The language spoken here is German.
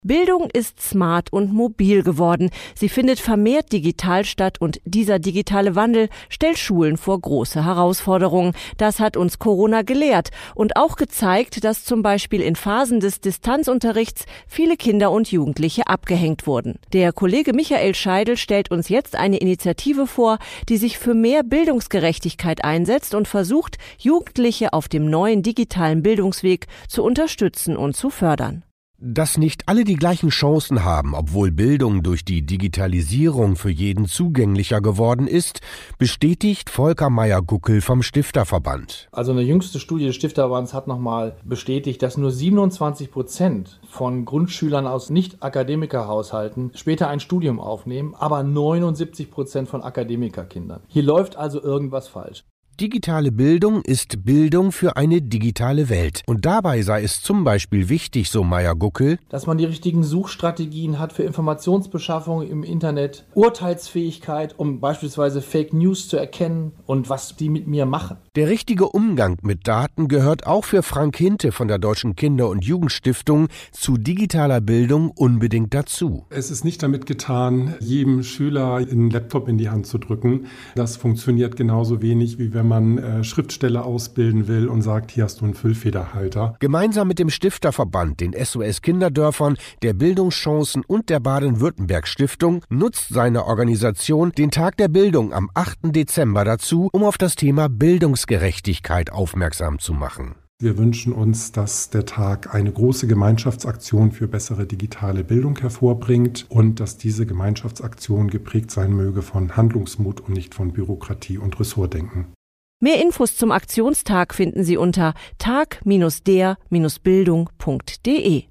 Bildung ist smart und mobil geworden. Sie findet vermehrt digital statt und dieser digitale Wandel stellt Schulen vor große Herausforderungen. Das hat uns Corona gelehrt und auch gezeigt, dass zum Beispiel in Phasen des Distanzunterrichts viele Kinder und Jugendliche abgehängt wurden. Der Kollege Michael Scheidel stellt uns jetzt eine Initiative vor, die sich für mehr Bildungsgerechtigkeit einsetzt und versucht, Jugendliche auf dem neuen digitalen Bildungsweg zu unterstützen und zu fördern. Dass nicht alle die gleichen Chancen haben, obwohl Bildung durch die Digitalisierung für jeden zugänglicher geworden ist, bestätigt Volker Meyer-Guckel vom Stifterverband. Also eine jüngste Studie des Stifterverbands hat nochmal bestätigt, dass nur 27% von Grundschülern aus Nicht-Akademikerhaushalten später ein Studium aufnehmen, aber 79% von Akademikerkindern. Hier läuft also irgendwas falsch. Digitale Bildung ist Bildung für eine digitale Welt. Und dabei sei es zum Beispiel wichtig, so Meyer-Guckel, dass man die richtigen Suchstrategien hat für Informationsbeschaffung im Internet, Urteilsfähigkeit, um beispielsweise Fake News zu erkennen und was die mit mir machen. Der richtige Umgang mit Daten gehört auch für Frank Hinte von der Deutschen Kinder- und Jugendstiftung zu digitaler Bildung unbedingt dazu. Es ist nicht damit getan, jedem Schüler einen Laptop in die Hand zu drücken. Das funktioniert genauso wenig, wie wenn man Schriftsteller ausbilden will und sagt, hier hast du einen Füllfederhalter. Gemeinsam mit dem Stifterverband, den SOS Kinderdörfern, der Bildungschancen und der Baden-Württemberg-Stiftung nutzt seine Organisation den Tag der Bildung am 8. Dezember dazu, um auf das Thema Bildungsgerechtigkeit aufmerksam zu machen. Wir wünschen uns, dass der Tag eine große Gemeinschaftsaktion für bessere digitale Bildung hervorbringt und dass diese Gemeinschaftsaktion geprägt sein möge von Handlungsmut und nicht von Bürokratie und Ressortdenken. Mehr Infos zum Aktionstag finden Sie unter tag-der-bildung.de.